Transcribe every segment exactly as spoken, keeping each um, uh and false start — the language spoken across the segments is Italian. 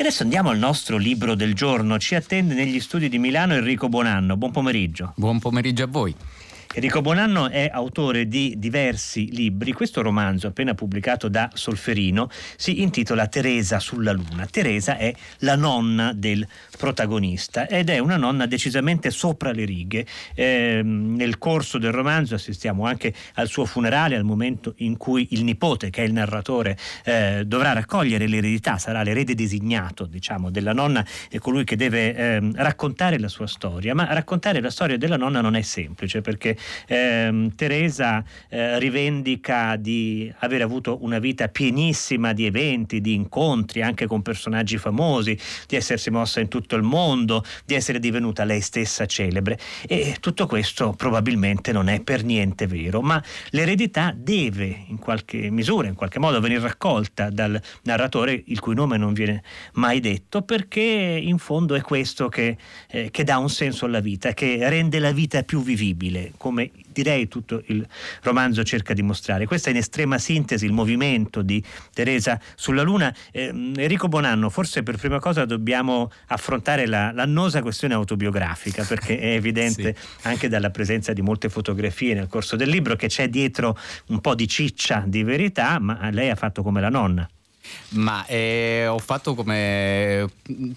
adesso andiamo al nostro libro del giorno. Ci attende negli studi di Milano Enrico Buonanno. Buon pomeriggio. Buon pomeriggio a voi. Enrico Buonanno è autore di diversi libri. Questo romanzo, appena pubblicato da Solferino, si intitola Teresa sulla Luna. Teresa è la nonna del protagonista ed è una nonna decisamente sopra le righe. Eh, nel corso del romanzo assistiamo anche al suo funerale, al momento in cui il nipote, che è il narratore, eh, dovrà raccogliere l'eredità, sarà l'erede designato, diciamo, della nonna, e colui che deve eh, raccontare la sua storia. Ma raccontare la storia della nonna non è semplice, perché Eh, Teresa eh, rivendica di aver avuto una vita pienissima di eventi, di incontri anche con personaggi famosi, di essersi mossa in tutto il mondo, di essere divenuta lei stessa celebre, e tutto questo probabilmente non è per niente vero, ma l'eredità deve in qualche misura, in qualche modo venire raccolta dal narratore, il cui nome non viene mai detto, perché in fondo è questo che, eh, che dà un senso alla vita, che rende la vita più vivibile, come direi tutto il romanzo cerca di mostrare. Questo è in estrema sintesi il movimento di Teresa sulla Luna. Eh, Enrico Buonanno, forse per prima cosa dobbiamo affrontare la, l'annosa questione autobiografica, perché è evidente sì, anche dalla presenza di molte fotografie nel corso del libro che c'è dietro un po' di ciccia di verità, ma lei ha fatto come la nonna. Ma eh, ho fatto come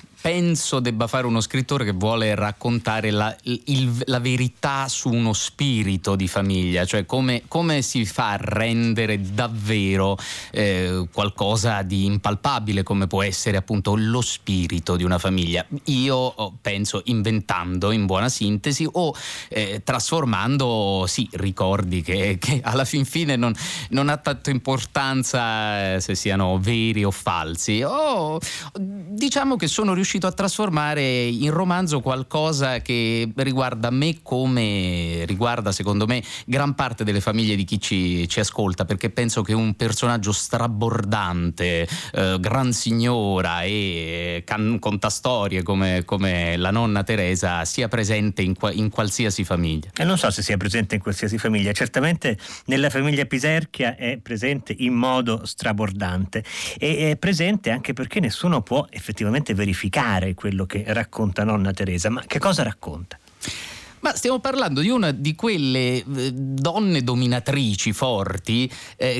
penso debba fare uno scrittore che vuole raccontare la, il, la verità su uno spirito di famiglia, cioè come, come si fa a rendere davvero eh, qualcosa di impalpabile, come può essere appunto lo spirito di una famiglia. Io penso inventando, in buona sintesi, o eh, trasformando sì ricordi che, che alla fin fine non, non ha tanto importanza eh, se siano veri o falsi, o diciamo che sono riuscito a trasformare in romanzo qualcosa che riguarda me, come riguarda secondo me gran parte delle famiglie di chi ci, ci ascolta, perché penso che un personaggio strabordante, eh, gran signora e can, contastorie come, come la nonna Teresa sia presente in, in qualsiasi famiglia. E non so se sia presente in qualsiasi famiglia, certamente nella famiglia Piserchia è presente in modo strabordante, e è presente anche perché nessuno può effettivamente verificare quello che racconta nonna Teresa. Ma che cosa racconta? Ma stiamo parlando di una di quelle eh, donne dominatrici forti eh,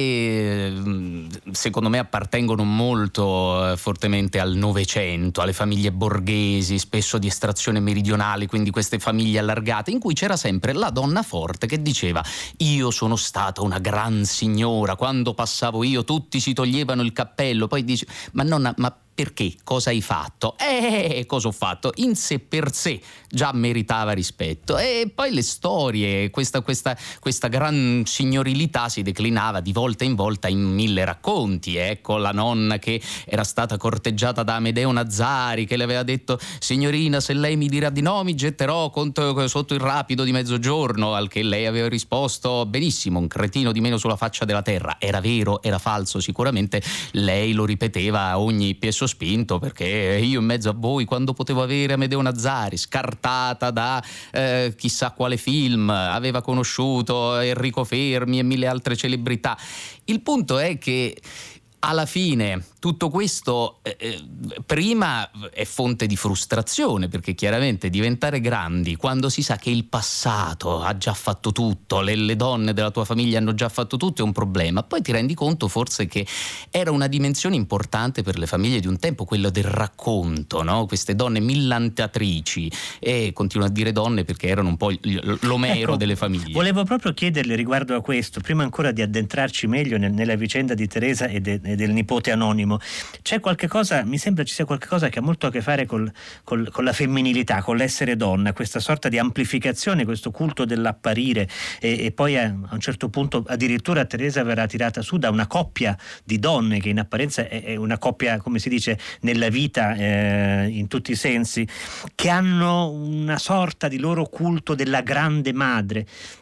che eh, secondo me appartengono molto eh, fortemente al Novecento, alle famiglie borghesi, spesso di estrazione meridionale, quindi queste famiglie allargate, in cui c'era sempre la donna forte che diceva: io sono stata una gran signora, quando passavo io tutti si toglievano il cappello. Poi dice: ma nonna, ma perché? Cosa hai fatto? Eh, cosa ho fatto? In sé per sé già meritava rispetto. E poi le storie, questa, questa, questa gran signorilità si declinava di volta in volta in mille racconti. Ecco la nonna che era stata corteggiata da Amedeo Nazzari, che le aveva detto: signorina, se lei mi dirà di no mi getterò contro, sotto il rapido di mezzogiorno, al che lei aveva risposto: benissimo, un cretino di meno sulla faccia della terra. Era vero, era falso, sicuramente lei lo ripeteva a ogni piezo spinto, perché io in mezzo a voi, quando potevo avere Amedeo Nazzari, scartata da eh, chissà quale film, aveva conosciuto Enrico Fermi e mille altre celebrità. Il punto è che alla fine tutto questo eh, prima è fonte di frustrazione, perché chiaramente diventare grandi quando si sa che il passato ha già fatto tutto, le, le donne della tua famiglia hanno già fatto tutto, è un problema. Poi ti rendi conto forse che era una dimensione importante per le famiglie di un tempo, quello del racconto, no? Queste donne millantatrici, e continuo a dire donne perché erano un po' l'Omero ecco, delle famiglie. Volevo proprio chiederle riguardo a questo, prima ancora di addentrarci meglio nel, nella vicenda di Teresa e, de, e del nipote anonimo. C'è qualche cosa, mi sembra ci sia qualche cosa che ha molto a che fare col, col, con la femminilità, con l'essere donna, questa sorta di amplificazione, questo culto dell'apparire, e, e poi a, a un certo punto addirittura Teresa verrà tirata su da una coppia di donne che in apparenza è, è una coppia, come si dice, nella vita eh, in tutti i sensi, che hanno una sorta di loro culto della grande madre.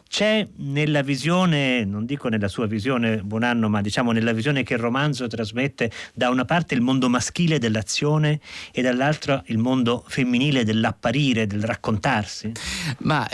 C'è nella visione, non dico nella sua visione Buonanno, ma diciamo nella visione che il romanzo trasmette, da una parte il mondo maschile dell'azione e dall'altra il mondo femminile dell'apparire, del raccontarsi? Ma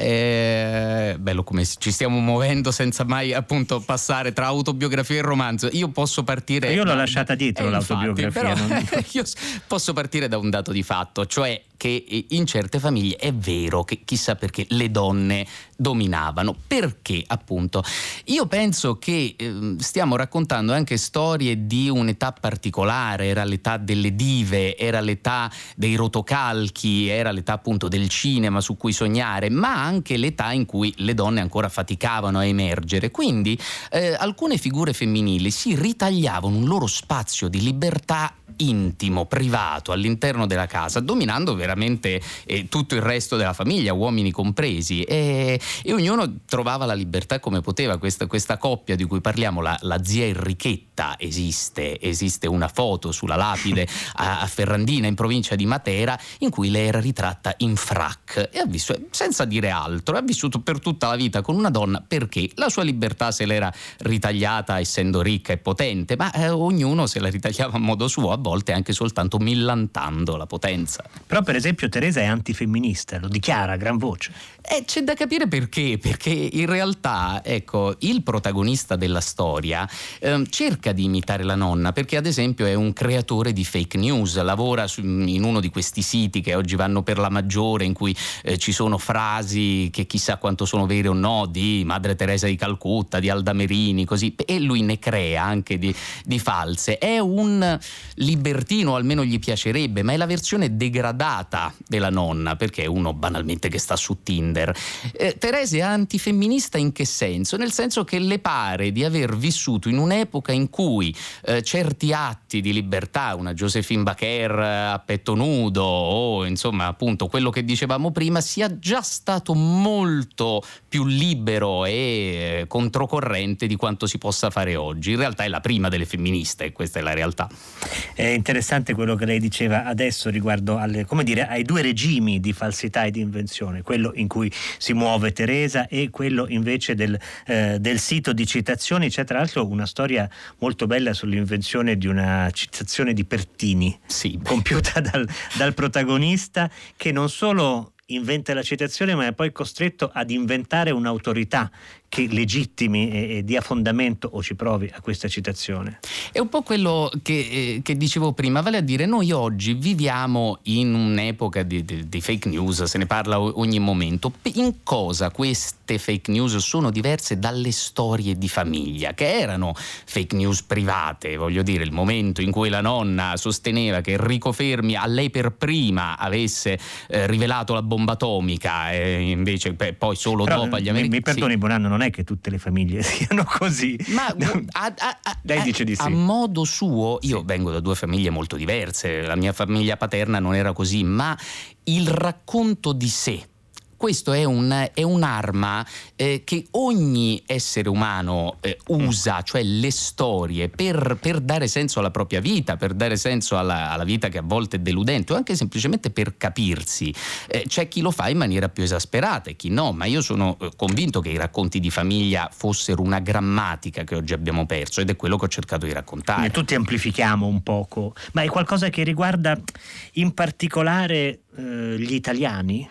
è bello come ci stiamo muovendo senza mai appunto passare tra autobiografia e romanzo. Io posso partire... Io l'ho da... lasciata dietro eh, l'autobiografia. Infatti, però, non... io posso partire da un dato di fatto, cioè che in certe famiglie è vero che chissà perché le donne dominavano. Perché appunto? Io penso che eh, stiamo raccontando anche storie di un'età particolare, era l'età delle dive, era l'età dei rotocalchi, era l'età appunto del cinema su cui sognare, ma anche l'età in cui le donne ancora faticavano a emergere. Quindi eh, alcune figure femminili si ritagliavano un loro spazio di libertà intimo, privato, all'interno della casa, dominando veramente eh, tutto il resto della famiglia, uomini compresi, e, e ognuno trovava la libertà come poteva. Questa, questa coppia di cui parliamo, la, la zia Enrichetta, esiste, esiste una foto sulla lapide a, a Ferrandina in provincia di Matera in cui lei era ritratta in frac e ha vissuto, senza dire altro, ha vissuto per tutta la vita con una donna perché la sua libertà se l'era ritagliata essendo ricca e potente, ma eh, ognuno se la ritagliava a modo suo, a volte anche soltanto millantando la potenza. Però per esempio Teresa è antifemminista, lo dichiara a gran voce. Eh, c'è da capire perché, perché in realtà, ecco, il protagonista della storia eh, cerca di imitare la nonna, perché ad esempio è un creatore di fake news, lavora su, in uno di questi siti che oggi vanno per la maggiore, in cui eh, ci sono frasi che chissà quanto sono vere o no, di Madre Teresa di Calcutta, di Alda Merini, così, e lui ne crea anche di, di false. È un libertino, almeno gli piacerebbe, ma è la versione degradata della nonna, perché è uno banalmente che sta su Tinder. Eh, Teresa è antifemminista in che senso? Nel senso che le pare di aver vissuto in un'epoca in cui eh, certi atti di libertà, una Josephine Baker a petto nudo o insomma appunto quello che dicevamo prima, sia già stato molto più libero e controcorrente di quanto si possa fare oggi. In realtà è la prima delle femministe, questa è la realtà. È interessante quello che lei diceva adesso riguardo alle, come dire, ai due regimi di falsità e di invenzione, quello in cui si muove Teresa e quello invece del, eh, del sito di citazioni. C'è tra l'altro una storia molto bella sull'invenzione di una citazione di Pertini, sì, compiuta dal, dal protagonista, che non solo inventa la citazione ma è poi costretto ad inventare un'autorità che legittimi e, e dia fondamento o ci provi a questa citazione. È un po' quello che, eh, che dicevo prima, vale a dire noi oggi viviamo in un'epoca di, di, di fake news, se ne parla ogni momento. In cosa queste fake news sono diverse dalle storie di famiglia, che erano fake news private? Voglio dire, il momento in cui la nonna sosteneva che Enrico Fermi a lei per prima avesse eh, rivelato la bomba atomica e invece beh, poi solo Però, dopo agli americani. americani. Mi perdoni, sì. Buonanno, non è che tutte le famiglie siano così. Ma a, a, a, lei dice di sì. A modo suo, io sì. vengo da due famiglie molto diverse, la mia famiglia paterna non era così, ma il racconto di sé, questo è, un, è un'arma eh, che ogni essere umano eh, usa, cioè le storie, per, per dare senso alla propria vita, per dare senso alla, alla vita che a volte è deludente, o anche semplicemente per capirsi. Eh, c'è chi lo fa in maniera più esasperata e chi no, ma io sono eh, convinto che i racconti di famiglia fossero una grammatica che oggi abbiamo perso, ed è quello che ho cercato di raccontare. E tutti amplifichiamo un poco, ma è qualcosa che riguarda in particolare eh, gli italiani?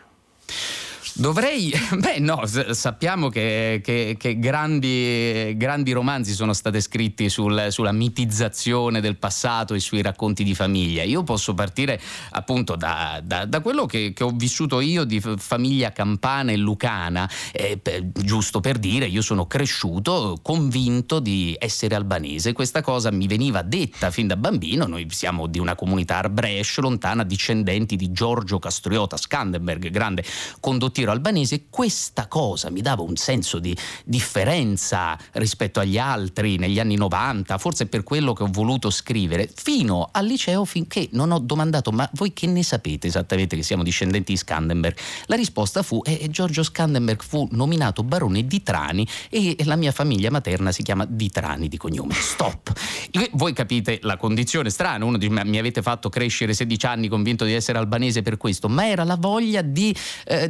Dovrei, beh no, sappiamo che, che, che grandi, grandi romanzi sono stati scritti sul, sulla mitizzazione del passato e sui racconti di famiglia. Io posso partire appunto da, da, da quello che, che ho vissuto io di famiglia campana e lucana, eh, per, giusto per dire, io sono cresciuto convinto di essere albanese. Questa cosa mi veniva detta fin da bambino. Noi siamo di una comunità arbrescia, lontana, discendenti di Giorgio Castriota Skanderbeg, grande condottiero albanese. Questa cosa mi dava un senso di differenza rispetto agli altri negli anni novanta, forse per quello che ho voluto scrivere, fino al liceo, finché non ho domandato: ma voi che ne sapete esattamente che siamo discendenti di Skanderbeg? La risposta fu: eh, Giorgio Skanderbeg fu nominato barone di Trani e la mia famiglia materna si chiama Di Trani di cognome. Stop. Voi capite la condizione strana, uno dice: ma mi avete fatto crescere sedici anni convinto di essere albanese per questo, ma era la voglia di eh, differenziare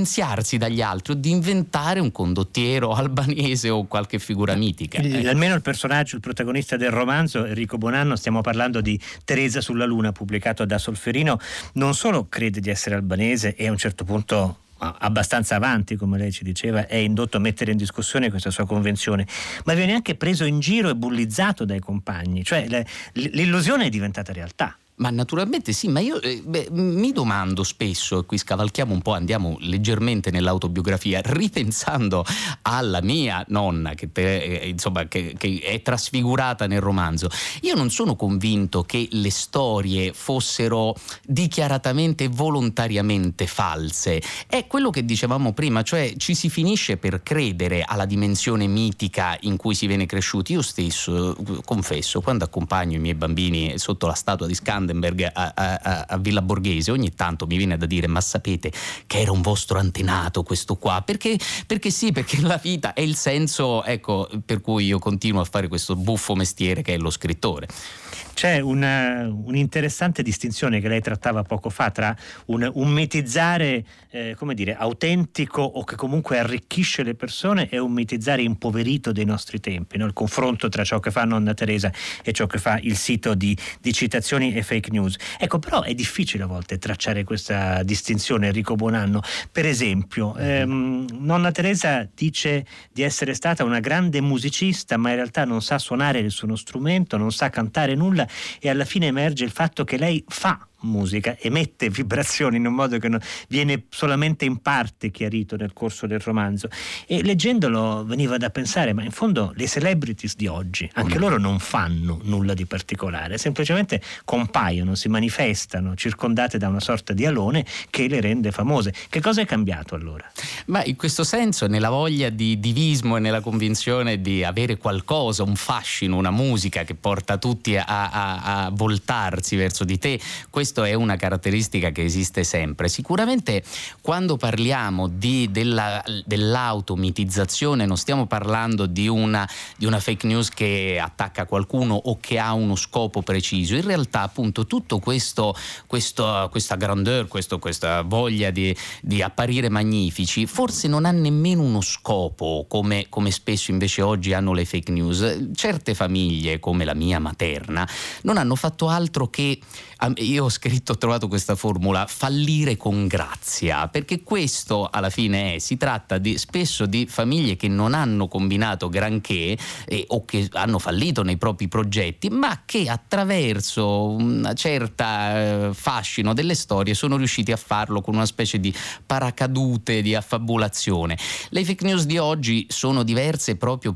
differenziarsi dagli altri o di inventare un condottiero albanese o qualche figura mitica. Il, ecco. Almeno il personaggio, il protagonista del romanzo, Enrico Bonanno, stiamo parlando di Teresa sulla Luna, pubblicato da Solferino, non solo crede di essere albanese e a un certo punto abbastanza avanti, come lei ci diceva, è indotto a mettere in discussione questa sua convenzione, ma viene anche preso in giro e bullizzato dai compagni, cioè le, l'illusione è diventata realtà. Ma naturalmente sì, ma io eh, beh, mi domando spesso, e qui scavalchiamo un po', andiamo leggermente nell'autobiografia, ripensando alla mia nonna che, te, eh, insomma, che, che è trasfigurata nel romanzo, io non sono convinto che le storie fossero dichiaratamente e volontariamente false. È quello che dicevamo prima, cioè ci si finisce per credere alla dimensione mitica in cui si viene cresciuti. Io stesso, confesso, quando accompagno i miei bambini sotto la statua di Scanderbeg A, a, a Villa Borghese, ogni tanto mi viene da dire: ma sapete che era un vostro antenato questo qua? Perché, perché sì, perché la vita è il senso, ecco, per cui io continuo a fare questo buffo mestiere che è lo scrittore. C'è una, un'interessante distinzione che lei trattava poco fa tra un, un mitizzare eh, come dire, autentico o che comunque arricchisce le persone e un mitizzare impoverito dei nostri tempi, no? Il confronto tra ciò che fa Nonna Teresa e ciò che fa il sito di, di citazioni e fake news. Ecco, però è difficile a volte tracciare questa distinzione, Enrico Bonanno. Per esempio, ehm, Nonna Teresa dice di essere stata una grande musicista, ma in realtà non sa suonare il suo strumento, non sa cantare nulla, e alla fine emerge il fatto che lei fa musica, emette vibrazioni in un modo che non, viene solamente in parte chiarito nel corso del romanzo, e leggendolo veniva da pensare: ma in fondo le celebrities di oggi, anche loro non fanno nulla di particolare, semplicemente compaiono, si manifestano circondate da una sorta di alone che le rende famose. Che cosa è cambiato allora? Ma in questo senso, nella voglia di divismo e nella convinzione di avere qualcosa, un fascino, una musica che porta tutti a, a, a voltarsi verso di te, questo è una caratteristica che esiste sempre. Sicuramente quando parliamo di, della, dell'automitizzazione non stiamo parlando di una, di una fake news che attacca qualcuno o che ha uno scopo preciso. In realtà appunto tutto questo, questo questa grandeur, questo, questa voglia di, di apparire magnifici forse non ha nemmeno uno scopo come, come spesso invece oggi hanno le fake news. Certe famiglie come la mia materna non hanno fatto altro che, io ho scritto, ho trovato questa formula, fallire con grazia, perché questo alla fine è, si tratta di, spesso di famiglie che non hanno combinato granché eh, o che hanno fallito nei propri progetti, ma che attraverso una certa eh, fascino delle storie sono riusciti a farlo con una specie di paracadute di affabulazione. Le fake news di oggi sono diverse proprio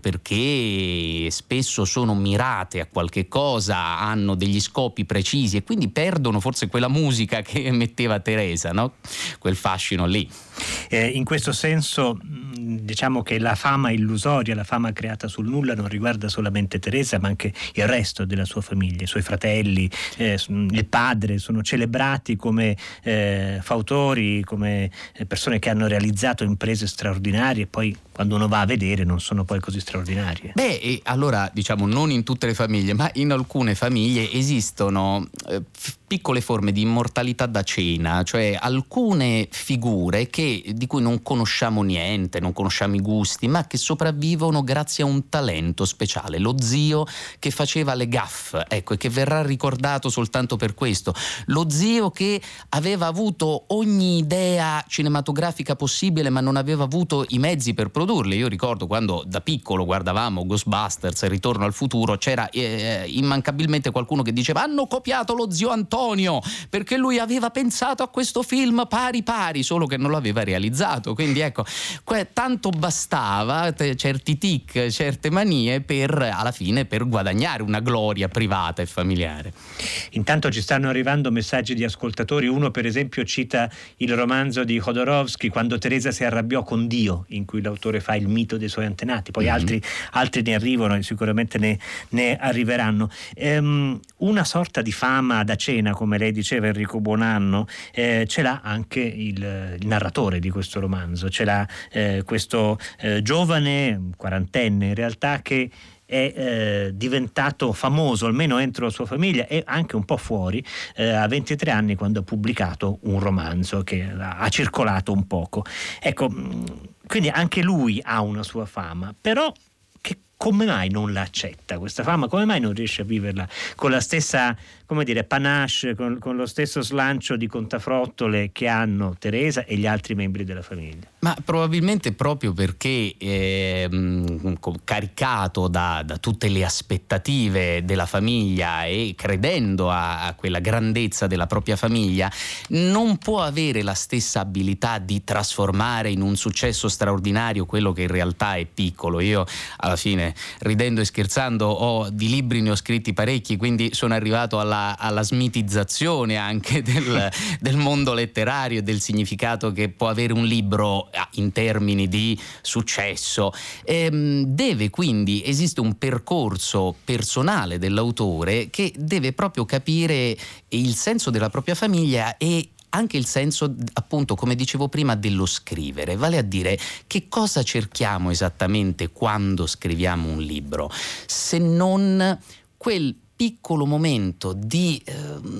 perché spesso sono mirate a qualche cosa, hanno degli scopi precisi e quindi perdono forse quella musica che metteva Teresa, no? Quel fascino lì. Eh, in questo senso diciamo che la fama illusoria, la fama creata sul nulla non riguarda solamente Teresa ma anche il resto della sua famiglia, i suoi fratelli, eh, il padre, sono celebrati come eh, fautori, come persone che hanno realizzato imprese straordinarie e poi quando uno va a vedere non sono poi così straordinarie. Beh, e allora diciamo non in tutte le famiglie, ma in alcune famiglie esistono eh, piccole forme di immortalità da cena, cioè alcune figure che, di cui non conosciamo niente, non conosciamo i gusti, ma che sopravvivono grazie a un talento speciale. Lo zio che faceva le gaffe, ecco, e che verrà ricordato soltanto per questo. Lo zio che aveva avuto ogni idea cinematografica possibile ma non aveva avuto i mezzi per produrle. Io ricordo quando da piccolo guardavamo Ghostbusters, Ritorno al futuro, c'era eh, immancabilmente qualcuno che diceva: hanno copiato lo zio Antonio perché lui aveva pensato a questo film pari pari, solo che non lo aveva realizzato. Quindi ecco, que- tanto bastava te, certi tic, certe manie per alla fine per guadagnare una gloria privata e familiare. Intanto ci stanno arrivando messaggi di ascoltatori. Uno per esempio cita il romanzo di Jodorowsky, Quando Teresa si arrabbiò con Dio, in cui l'autore fa il mito dei suoi antenati, poi mm-hmm. altri, altri ne arrivano e sicuramente ne, ne arriveranno. Ehm, una sorta di fama da cena, come lei diceva Enrico Bonanno, eh, ce l'ha anche il, il narratore di questo romanzo, ce l'ha eh, questo eh, giovane, quarantenne in realtà, che è eh, diventato famoso, almeno entro la sua famiglia e anche un po' fuori, eh, a ventitré anni, quando ha pubblicato un romanzo che ha circolato un poco. Ecco, quindi anche lui ha una sua fama, però che come mai non la accetta questa fama? Come mai non riesce a viverla con la stessa, come dire, panache, con, con lo stesso slancio di contafrottole che hanno Teresa e gli altri membri della famiglia? Ma probabilmente proprio perché eh, caricato da, da tutte le aspettative della famiglia e credendo a, a quella grandezza della propria famiglia, non può avere la stessa abilità di trasformare in un successo straordinario quello che in realtà è piccolo. Io alla fine, ridendo e scherzando, ho di libri ne ho scritti parecchi, quindi sono arrivato alla, alla smitizzazione anche del, del mondo letterario e del significato che può avere un libro in termini di successo. Ehm, deve quindi, esiste un percorso personale dell'autore che deve proprio capire il senso della propria famiglia e anche il senso, appunto, come dicevo prima, dello scrivere, vale a dire che cosa cerchiamo esattamente quando scriviamo un libro, se non quel piccolo momento di eh,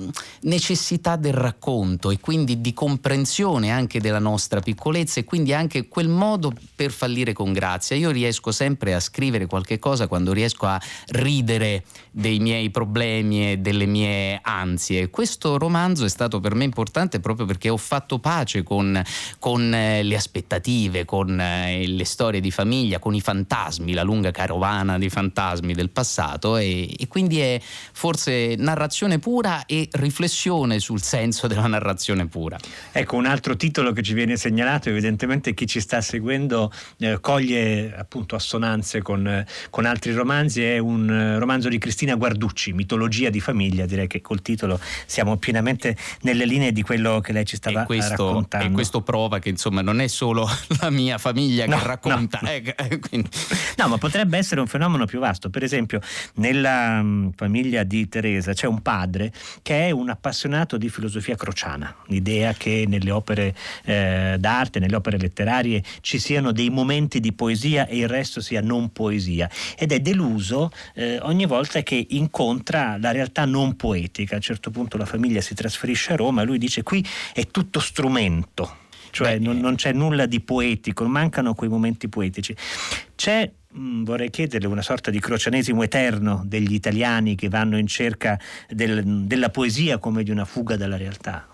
necessità del racconto e quindi di comprensione anche della nostra piccolezza e quindi anche quel modo per fallire con grazia. Io riesco sempre a scrivere qualche cosa quando riesco a ridere dei miei problemi e delle mie ansie. Questo romanzo è stato per me importante proprio perché ho fatto pace con, con eh, le aspettative, con eh, le storie di famiglia, con i fantasmi, la lunga carovana di fantasmi del passato e, e quindi è forse narrazione pura e riflessione sul senso della narrazione pura. Ecco, un altro titolo che ci viene segnalato, evidentemente chi ci sta seguendo eh, coglie appunto assonanze con, eh, con altri romanzi, è un eh, romanzo di Cristina Guarducci, Mitologia di famiglia. Direi che col titolo siamo pienamente nelle linee di quello che lei ci stava e questo, raccontando. E questo prova che insomma non è solo la mia famiglia no, che racconta. No. Eh, quindi. no, ma potrebbe essere un fenomeno più vasto. Per esempio, nella um, famiglia di Teresa c'è un padre che è un appassionato di filosofia crociana, l'idea che nelle opere eh, d'arte, nelle opere letterarie ci siano dei momenti di poesia e il resto sia non poesia, ed è deluso eh, ogni volta che incontra la realtà non poetica. A un certo punto la famiglia si trasferisce a Roma e lui dice: qui è tutto strumento, cioè non, non c'è nulla di poetico, mancano quei momenti poetici. C'è, mh, vorrei chiederle, una sorta di crocianesimo eterno degli italiani che vanno in cerca del, della poesia come di una fuga dalla realtà?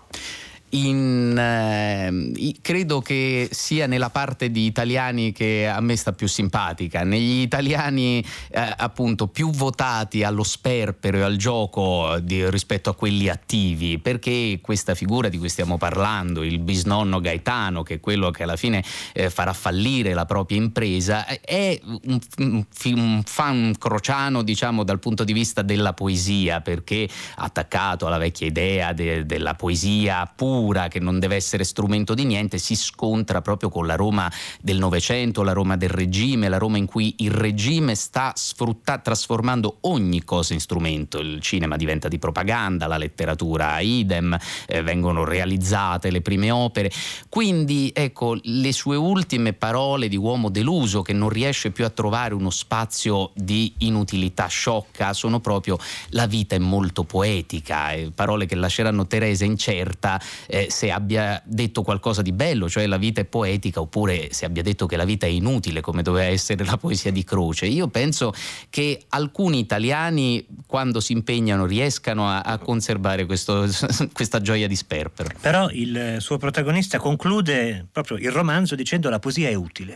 In, eh, credo che sia nella parte di italiani che a me sta più simpatica, negli italiani eh, appunto più votati allo sperpero e al gioco di, rispetto a quelli attivi, perché questa figura di cui stiamo parlando, il bisnonno Gaetano, che è quello che alla fine eh, farà fallire la propria impresa, è un, un, un fan crociano, diciamo, dal punto di vista della poesia, perché attaccato alla vecchia idea de, della poesia pura, che non deve essere strumento di niente, si scontra proprio con la Roma del Novecento, la Roma del regime, la Roma in cui il regime sta sfrutta- trasformando ogni cosa in strumento. Il cinema diventa di propaganda, la letteratura idem, eh, vengono realizzate le prime opere. Quindi ecco, le sue ultime parole di uomo deluso che non riesce più a trovare uno spazio di inutilità sciocca sono proprio: la vita è molto poetica, eh, parole che lasceranno Teresa incerta Eh, se abbia detto qualcosa di bello, cioè la vita è poetica, oppure se abbia detto che la vita è inutile, come doveva essere la poesia di Croce. Io penso che alcuni italiani, quando si impegnano, riescano a, a conservare questo, questa gioia di sperpero. Però il suo protagonista conclude proprio il romanzo dicendo: la poesia è utile.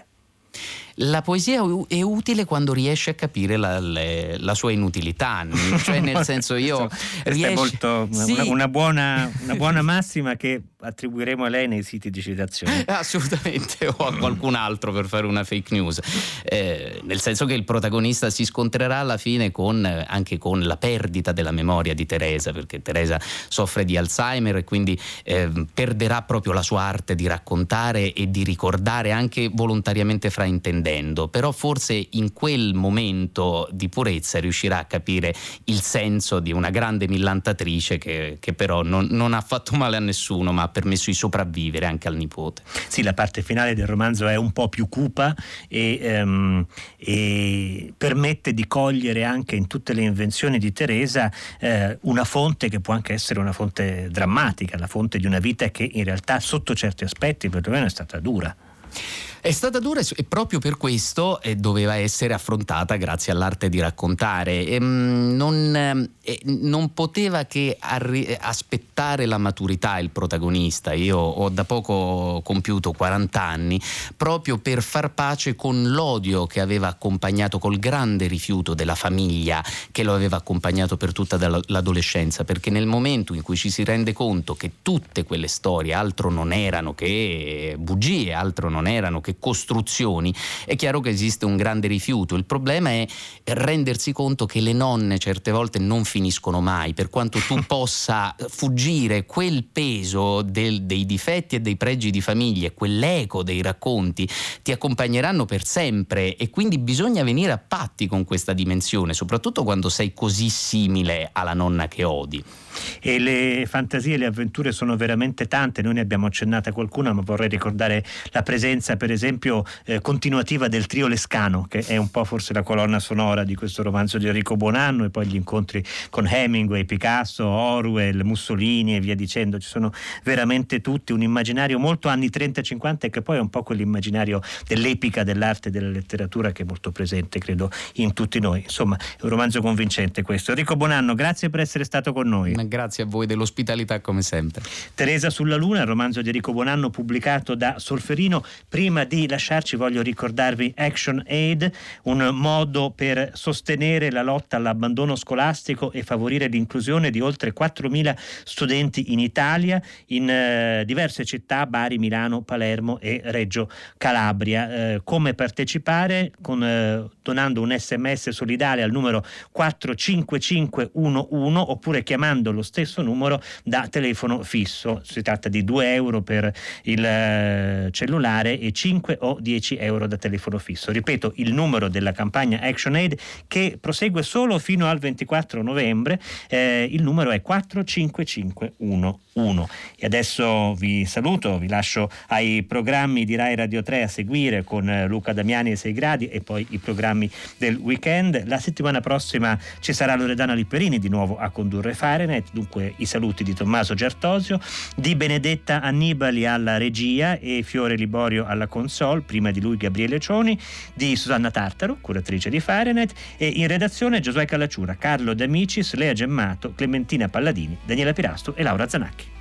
La poesia è utile quando riesce a capire la, le, la sua inutilità, cioè nel senso io riesce... è molto sì. una, una, buona, una buona massima che attribuiremo a lei nei siti di citazione. Assolutamente, o a qualcun altro per fare una fake news, eh, nel senso che il protagonista si scontrerà alla fine con, anche con la perdita della memoria di Teresa, perché Teresa soffre di Alzheimer e quindi eh, perderà proprio la sua arte di raccontare e di ricordare, anche volontariamente fraintendendo. offendendo, però forse in quel momento di purezza riuscirà a capire il senso di una grande millantatrice che, che però non, non ha fatto male a nessuno, ma ha permesso di sopravvivere anche al nipote. Sì, la parte finale del romanzo è un po' più cupa e, um, e permette di cogliere anche in tutte le invenzioni di Teresa eh, una fonte che può anche essere una fonte drammatica, la fonte di una vita che in realtà sotto certi aspetti perlomeno è stata dura. È stata dura e proprio per questo eh, doveva essere affrontata grazie all'arte di raccontare. E, mh, non, eh, non poteva che arri- aspettare la maturità il protagonista. Io ho da poco compiuto quaranta anni proprio per far pace con l'odio che aveva accompagnato, col grande rifiuto della famiglia che lo aveva accompagnato per tutta l'adolescenza, perché nel momento in cui ci si rende conto che tutte quelle storie altro non erano che bugie, altro non erano che costruzioni, è chiaro che esiste un grande rifiuto. Il problema è rendersi conto che le nonne certe volte non finiscono mai, per quanto tu possa fuggire quel peso del, dei difetti e dei pregi di famiglia, quell'eco dei racconti ti accompagneranno per sempre, e quindi bisogna venire a patti con questa dimensione, soprattutto quando sei così simile alla nonna che odi. E le fantasie e le avventure sono veramente tante, noi ne abbiamo accennata qualcuna, ma vorrei ricordare la presenza per esempio eh, continuativa del trio Lescano, che è un po' forse la colonna sonora di questo romanzo di Enrico Buonanno, e poi gli incontri con Hemingway, Picasso, Orwell, Mussolini e via dicendo. Ci sono veramente tutti, un immaginario molto anni trenta cinquanta, e che poi è un po' quell'immaginario dell'epica dell'arte e della letteratura che è molto presente, credo, in tutti noi. Insomma, è un romanzo convincente questo. Enrico Buonanno, grazie per essere stato con noi. Grazie a voi dell'ospitalità come sempre. Teresa sulla Luna, il romanzo di Enrico Buonanno pubblicato da Solferino. Prima di lasciarci voglio ricordarvi Action Aid, un modo per sostenere la lotta all'abbandono scolastico e favorire l'inclusione di oltre quattromila studenti in Italia, in eh, diverse città, Bari, Milano, Palermo e Reggio Calabria. Eh, come partecipare? Con, eh, donando un sms solidale al numero quattro cinque cinque uno uno oppure chiamando lo stesso numero da telefono fisso. Si tratta di due euro per il eh, cellulare e cinque o dieci euro da telefono fisso. Ripeto, il numero della campagna Action Aid, che prosegue solo fino al ventiquattro novembre. Eh, il numero è quattro cinque cinque uno uno. E adesso vi saluto, vi lascio ai programmi di Rai Radio tre a seguire con eh, Luca Damiani e sei gradi, e poi i programmi del weekend. La settimana prossima ci sarà Loredana Lipperini di nuovo a condurre Fahrenheit. Dunque i saluti di Tommaso Giartosio, di Benedetta Annibali alla regia e Fiore Liborio alla console, prima di lui Gabriele Cioni, di Susanna Tartaro, curatrice di Fahrenheit, e in redazione Giosuè Callacciura, Carlo D'Amicis, Lea Gemmato, Clementina Palladini, Daniela Pirasto e Laura Zanacchi.